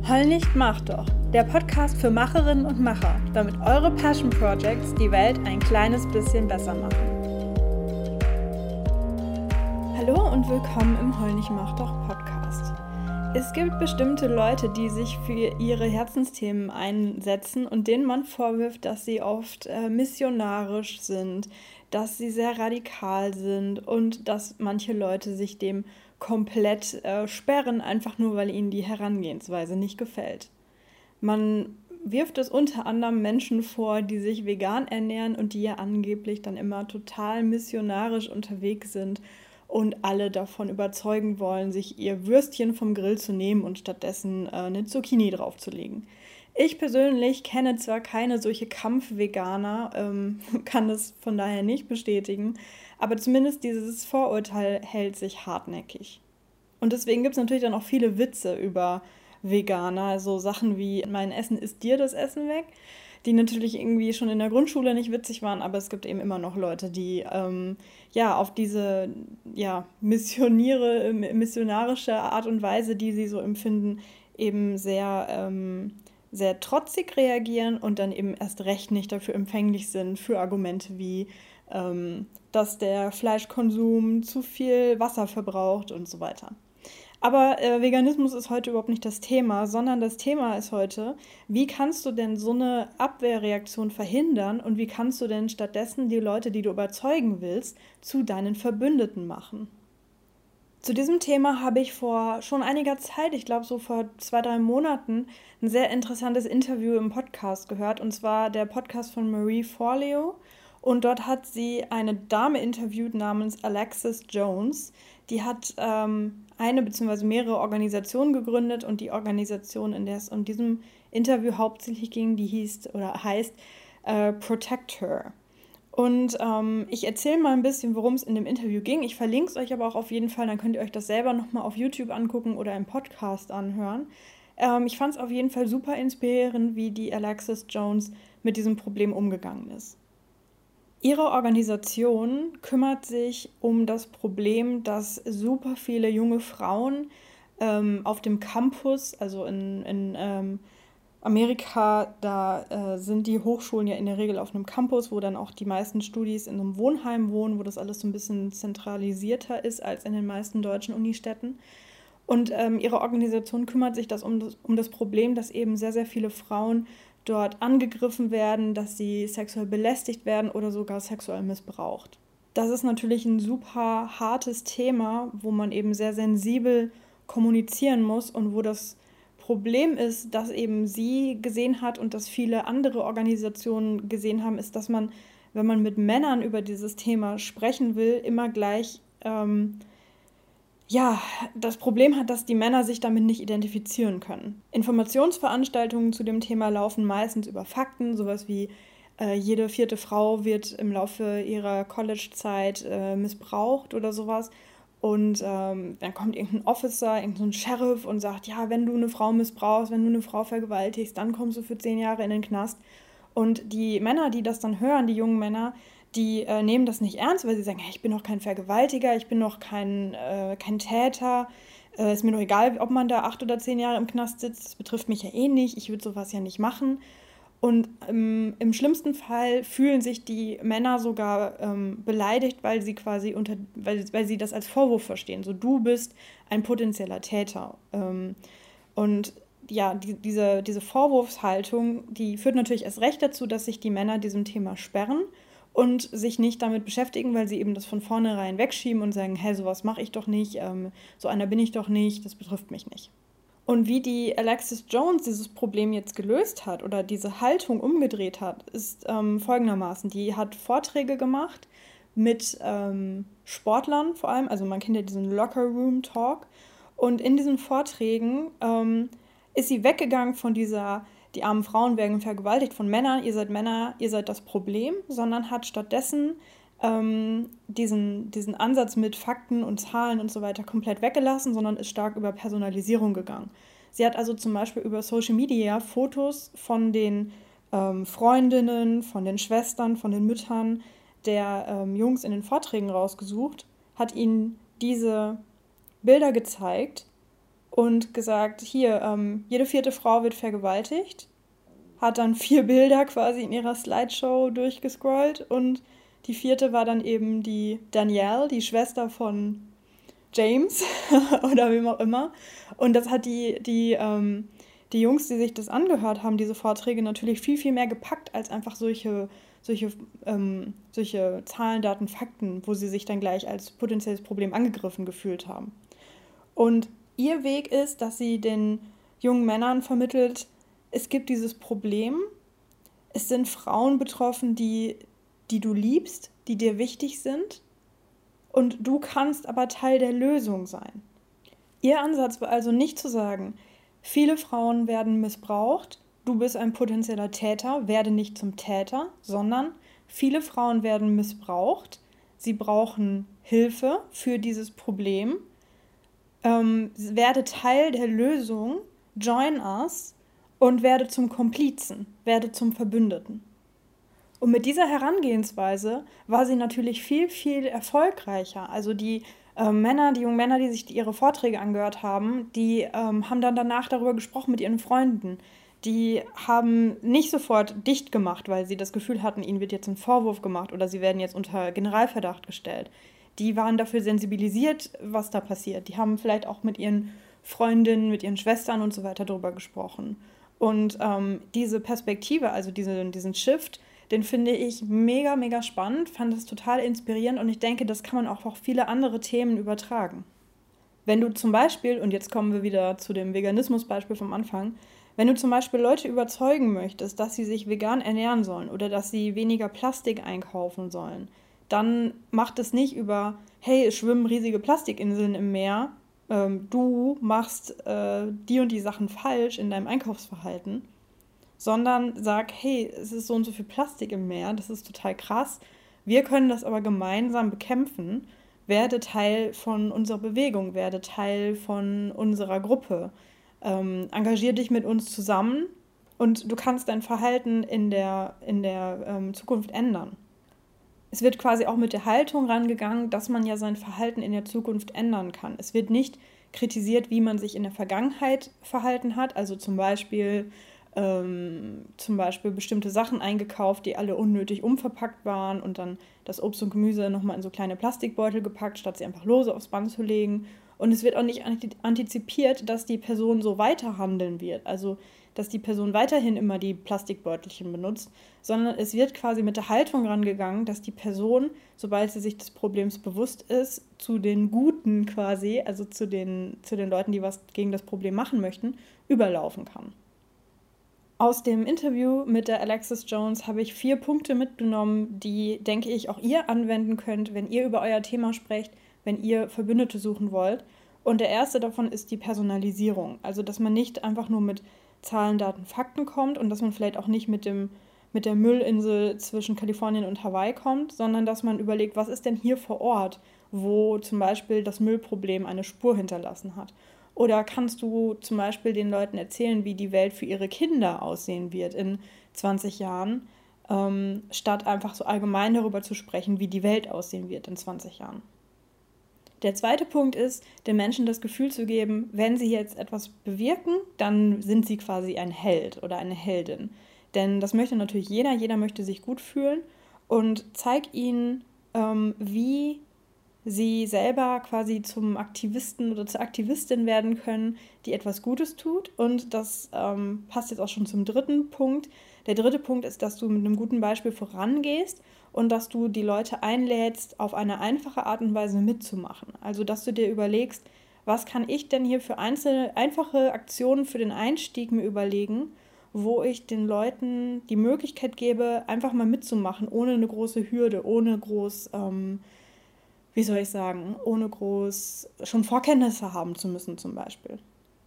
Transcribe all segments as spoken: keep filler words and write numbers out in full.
Heul nicht, mach doch. Der Podcast für Macherinnen und Macher, damit eure Passion Projects die Welt ein kleines bisschen besser machen. Hallo und willkommen im Heul nicht, mach doch Podcast. Es gibt bestimmte Leute, die sich für ihre Herzensthemen einsetzen und denen man vorwirft, dass sie oft äh, missionarisch sind, dass sie sehr radikal sind und dass manche Leute sich dem komplett äh, sperren, einfach nur, weil ihnen die Herangehensweise nicht gefällt. Man wirft es unter anderem Menschen vor, die sich vegan ernähren und die ja angeblich dann immer total missionarisch unterwegs sind und alle davon überzeugen wollen, sich ihr Würstchen vom Grill zu nehmen und stattdessen äh, eine Zucchini draufzulegen. Ich persönlich kenne zwar keine solche Kampfveganer, ähm, kann es von daher nicht bestätigen, aber zumindest dieses Vorurteil hält sich hartnäckig. Und deswegen gibt es natürlich dann auch viele Witze über Veganer, also Sachen wie mein Essen ist dir das Essen weg, die natürlich irgendwie schon in der Grundschule nicht witzig waren, aber es gibt eben immer noch Leute, die ähm, ja auf diese ja, missioniere, missionarische Art und Weise, die sie so empfinden, eben sehr, ähm, sehr trotzig reagieren und dann eben erst recht nicht dafür empfänglich sind für Argumente wie, ähm, dass der Fleischkonsum zu viel Wasser verbraucht und so weiter. Aber äh, Veganismus ist heute überhaupt nicht das Thema, sondern das Thema ist heute, wie kannst du denn so eine Abwehrreaktion verhindern und wie kannst du denn stattdessen die Leute, die du überzeugen willst, zu deinen Verbündeten machen? Zu diesem Thema habe ich vor schon einiger Zeit, ich glaube so vor zwei, drei Monaten, ein sehr interessantes Interview im Podcast gehört, und zwar der Podcast von Marie Forleo. Und dort hat sie eine Dame interviewt namens Alexis Jones. Die hat ähm, eine bzw. mehrere Organisationen gegründet, und die Organisation, in der es in diesem Interview hauptsächlich ging, die hieß oder heißt äh, Protect Her. Und ähm, ich erzähle mal ein bisschen, worum es in dem Interview ging. Ich verlinke es euch aber auch auf jeden Fall, dann könnt ihr euch das selber nochmal auf YouTube angucken oder im Podcast anhören. Ähm, ich fand es auf jeden Fall super inspirierend, wie die Alexis Jones mit diesem Problem umgegangen ist. Ihre Organisation kümmert sich um das Problem, dass super viele junge Frauen ähm, auf dem Campus, also in, in ähm, Amerika, da äh, sind die Hochschulen ja in der Regel auf einem Campus, wo dann auch die meisten Studis in einem Wohnheim wohnen, wo das alles so ein bisschen zentralisierter ist als in den meisten deutschen Unistädten. Und ähm, ihre Organisation kümmert sich das um, das um das Problem, dass eben sehr, sehr viele Frauen dort angegriffen werden, dass sie sexuell belästigt werden oder sogar sexuell missbraucht. Das ist natürlich ein super hartes Thema, wo man eben sehr sensibel kommunizieren muss und wo das Problem ist, dass eben sie gesehen hat und dass viele andere Organisationen gesehen haben, ist, dass man, wenn man mit Männern über dieses Thema sprechen will, immer gleich ähm, ja, das Problem hat, dass die Männer sich damit nicht identifizieren können. Informationsveranstaltungen zu dem Thema laufen meistens über Fakten, sowas wie äh, jede vierte Frau wird im Laufe ihrer College-Zeit äh, missbraucht oder sowas. Und ähm, dann kommt irgendein Officer, irgendein Sheriff und sagt, ja, wenn du eine Frau missbrauchst, wenn du eine Frau vergewaltigst, dann kommst du für zehn Jahre in den Knast. Und die Männer, die das dann hören, die jungen Männer, die äh, nehmen das nicht ernst, weil sie sagen, hey, ich bin doch kein Vergewaltiger, ich bin doch kein, äh, kein Täter, äh, ist mir doch egal, ob man da acht oder zehn Jahre im Knast sitzt, das betrifft mich ja eh nicht, ich würde sowas ja nicht machen. Und ähm, im schlimmsten Fall fühlen sich die Männer sogar ähm, beleidigt, weil sie quasi unter, weil, weil sie das als Vorwurf verstehen. So, du bist ein potenzieller Täter. Ähm, und ja, die, diese, diese Vorwurfshaltung, die führt natürlich erst recht dazu, dass sich die Männer diesem Thema sperren und sich nicht damit beschäftigen, weil sie eben das von vornherein wegschieben und sagen, hey, sowas mache ich doch nicht, ähm, so einer bin ich doch nicht, das betrifft mich nicht. Und wie die Alexis Jones dieses Problem jetzt gelöst hat oder diese Haltung umgedreht hat, ist ähm, folgendermaßen. Die hat Vorträge gemacht mit ähm, Sportlern vor allem, also man kennt ja diesen Locker Room Talk, und in diesen Vorträgen ähm, ist sie weggegangen von dieser, die armen Frauen werden vergewaltigt von Männern, ihr seid Männer, ihr seid das Problem, sondern hat stattdessen ähm, diesen, diesen Ansatz mit Fakten und Zahlen und so weiter komplett weggelassen, sondern ist stark über Personalisierung gegangen. Sie hat also zum Beispiel über Social Media Fotos von den ähm, Freundinnen, von den Schwestern, von den Müttern der ähm, Jungs in den Vorträgen rausgesucht, hat ihnen diese Bilder gezeigt und gesagt, hier, ähm, jede vierte Frau wird vergewaltigt, hat dann vier Bilder quasi in ihrer Slideshow durchgescrollt und die vierte war dann eben die Danielle, die Schwester von James oder wem auch immer. Und das hat die, die, ähm, die Jungs, die sich das angehört haben, diese Vorträge, natürlich viel, viel mehr gepackt als einfach solche, solche, ähm, solche Zahlen, Daten, Fakten, wo sie sich dann gleich als potenzielles Problem angegriffen gefühlt haben. Und ihr Weg ist, dass sie den jungen Männern vermittelt, es gibt dieses Problem, es sind Frauen betroffen, die, die du liebst, die dir wichtig sind und du kannst aber Teil der Lösung sein. Ihr Ansatz war also nicht zu sagen, viele Frauen werden missbraucht, du bist ein potenzieller Täter, werde nicht zum Täter, sondern viele Frauen werden missbraucht, sie brauchen Hilfe für dieses Problem, ähm, werde Teil der Lösung, join us und werde zum Komplizen, werde zum Verbündeten. Und mit dieser Herangehensweise war sie natürlich viel, viel erfolgreicher. Also die äh, Männer, die jungen Männer, die sich die ihre Vorträge angehört haben, die ähm, haben dann danach darüber gesprochen mit ihren Freunden. Die haben nicht sofort dicht gemacht, weil sie das Gefühl hatten, ihnen wird jetzt ein Vorwurf gemacht oder sie werden jetzt unter Generalverdacht gestellt. Die waren dafür sensibilisiert, was da passiert. Die haben vielleicht auch mit ihren Freundinnen, mit ihren Schwestern und so weiter darüber gesprochen. Und ähm, diese Perspektive, also diese, diesen Shift, den finde ich mega, mega spannend, fand das total inspirierend und ich denke, das kann man auch auf viele andere Themen übertragen. Wenn du zum Beispiel, und jetzt kommen wir wieder zu dem Veganismus-Beispiel vom Anfang, wenn du zum Beispiel Leute überzeugen möchtest, dass sie sich vegan ernähren sollen oder dass sie weniger Plastik einkaufen sollen, dann mach das nicht über, hey, es schwimmen riesige Plastikinseln im Meer, ähm, du machst äh, die und die Sachen falsch in deinem Einkaufsverhalten, sondern sag, hey, es ist so und so viel Plastik im Meer, das ist total krass, wir können das aber gemeinsam bekämpfen, werde Teil von unserer Bewegung, werde Teil von unserer Gruppe, ähm, engagier dich mit uns zusammen und du kannst dein Verhalten in der, in der ähm, Zukunft ändern. Es wird quasi auch mit der Haltung rangegangen, dass man ja sein Verhalten in der Zukunft ändern kann. Es wird nicht kritisiert, wie man sich in der Vergangenheit verhalten hat, also zum Beispiel Ähm, zum Beispiel bestimmte Sachen eingekauft, die alle unnötig umverpackt waren und dann das Obst und Gemüse nochmal in so kleine Plastikbeutel gepackt, statt sie einfach lose aufs Band zu legen. Und es wird auch nicht antizipiert, dass die Person so weiter handeln wird, also dass die Person weiterhin immer die Plastikbeutelchen benutzt, sondern es wird quasi mit der Haltung rangegangen, dass die Person, sobald sie sich des Problems bewusst ist, zu den Guten quasi, also zu den, zu den Leuten, die was gegen das Problem machen möchten, überlaufen kann. Aus dem Interview mit der Alexis Jones habe ich vier Punkte mitgenommen, die, denke ich, auch ihr anwenden könnt, wenn ihr über euer Thema sprecht, wenn ihr Verbündete suchen wollt. Und der erste davon ist die Personalisierung. Also, dass man nicht einfach nur mit Zahlen, Daten, Fakten kommt und dass man vielleicht auch nicht mit dem, mit der Müllinsel zwischen Kalifornien und Hawaii kommt, sondern dass man überlegt, was ist denn hier vor Ort, wo zum Beispiel das Müllproblem eine Spur hinterlassen hat. Oder kannst du zum Beispiel den Leuten erzählen, wie die Welt für ihre Kinder aussehen wird in zwanzig Jahren, ähm, statt einfach so allgemein darüber zu sprechen, wie die Welt aussehen wird in zwanzig Jahren. Der zweite Punkt ist, den Menschen das Gefühl zu geben, wenn sie jetzt etwas bewirken, dann sind sie quasi ein Held oder eine Heldin. Denn das möchte natürlich jeder, jeder möchte sich gut fühlen und zeig ihnen, ähm, wie sie selber quasi zum Aktivisten oder zur Aktivistin werden können, die etwas Gutes tut. Und das ähm, passt jetzt auch schon zum dritten Punkt. Der dritte Punkt ist, dass du mit einem guten Beispiel vorangehst und dass du die Leute einlädst, auf eine einfache Art und Weise mitzumachen. Also, dass du dir überlegst, was kann ich denn hier für einzelne, einfache Aktionen für den Einstieg mir überlegen, wo ich den Leuten die Möglichkeit gebe, einfach mal mitzumachen, ohne eine große Hürde, ohne groß... Ähm, wie soll ich sagen, ohne groß schon Vorkenntnisse haben zu müssen zum Beispiel.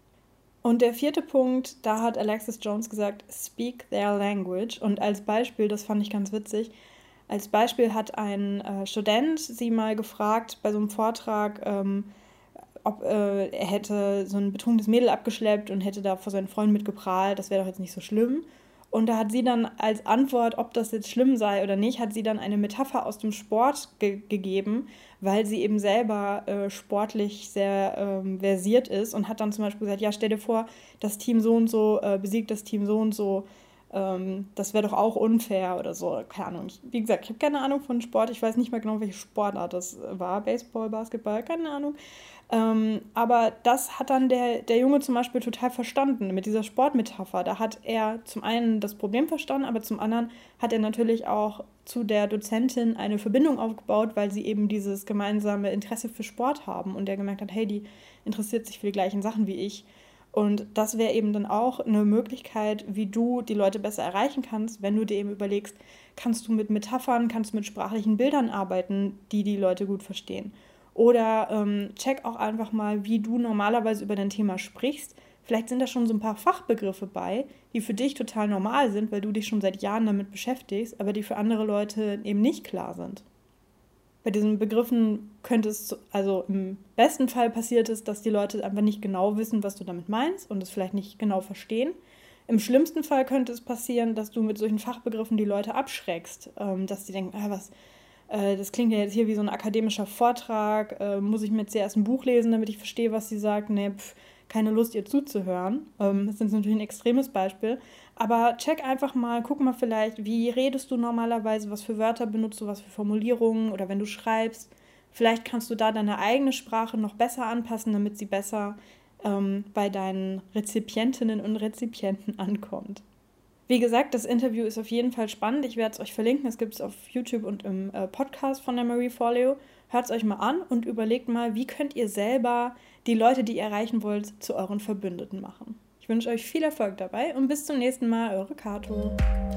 Und der vierte Punkt, da hat Alexis Jones gesagt, speak their language. Und als Beispiel, das fand ich ganz witzig, als Beispiel hat ein äh, Student sie mal gefragt bei so einem Vortrag, ähm, ob äh, er hätte so ein betrunkenes Mädel abgeschleppt und hätte da vor seinen Freunden mitgeprahlt, das wäre doch jetzt nicht so schlimm. Und da hat sie dann als Antwort, ob das jetzt schlimm sei oder nicht, hat sie dann eine Metapher aus dem Sport ge- gegeben, weil sie eben selber äh, sportlich sehr ähm, versiert ist und hat dann zum Beispiel gesagt, ja, stell dir vor, das Team so und so äh, besiegt das Team so und so, ähm, das wäre doch auch unfair oder so, keine Ahnung. Ich, wie gesagt, ich habe keine Ahnung von Sport, ich weiß nicht mehr genau, welche Sportart das war, Baseball, Basketball, keine Ahnung. Ähm, aber das hat dann der, der Junge zum Beispiel total verstanden mit dieser Sportmetapher. Da hat er zum einen das Problem verstanden, aber zum anderen hat er natürlich auch zu der Dozentin eine Verbindung aufgebaut, weil sie eben dieses gemeinsame Interesse für Sport haben und der gemerkt hat, hey, die interessiert sich für die gleichen Sachen wie ich. Und das wäre eben dann auch eine Möglichkeit, wie du die Leute besser erreichen kannst, wenn du dir eben überlegst, kannst du mit Metaphern, kannst du mit sprachlichen Bildern arbeiten, die die Leute gut verstehen. Oder ähm, check auch einfach mal, wie du normalerweise über dein Thema sprichst. Vielleicht sind da schon so ein paar Fachbegriffe bei, die für dich total normal sind, weil du dich schon seit Jahren damit beschäftigst, aber die für andere Leute eben nicht klar sind. Bei diesen Begriffen könnte es, also im besten Fall passiert es, dass die Leute einfach nicht genau wissen, was du damit meinst und es vielleicht nicht genau verstehen. Im schlimmsten Fall könnte es passieren, dass du mit solchen Fachbegriffen die Leute abschreckst, ähm, dass die denken, ah, was, äh, das klingt ja jetzt hier wie so ein akademischer Vortrag, äh, muss ich mir jetzt erst ein Buch lesen, damit ich verstehe, was sie sagt? Nee, pf, keine Lust, ihr zuzuhören. Ähm, das ist natürlich ein extremes Beispiel. Aber check einfach mal, guck mal vielleicht, wie redest du normalerweise, was für Wörter benutzt du, was für Formulierungen oder wenn du schreibst. Vielleicht kannst du da deine eigene Sprache noch besser anpassen, damit sie besser ähm, bei deinen Rezipientinnen und Rezipienten ankommt. Wie gesagt, das Interview ist auf jeden Fall spannend. Ich werde es euch verlinken. Es gibt es auf YouTube und im äh, Podcast von der Marie Forleo. Hört es euch mal an und überlegt mal, wie könnt ihr selber die Leute, die ihr erreichen wollt, zu euren Verbündeten machen. Ich wünsche euch viel Erfolg dabei und bis zum nächsten Mal, eure Kato.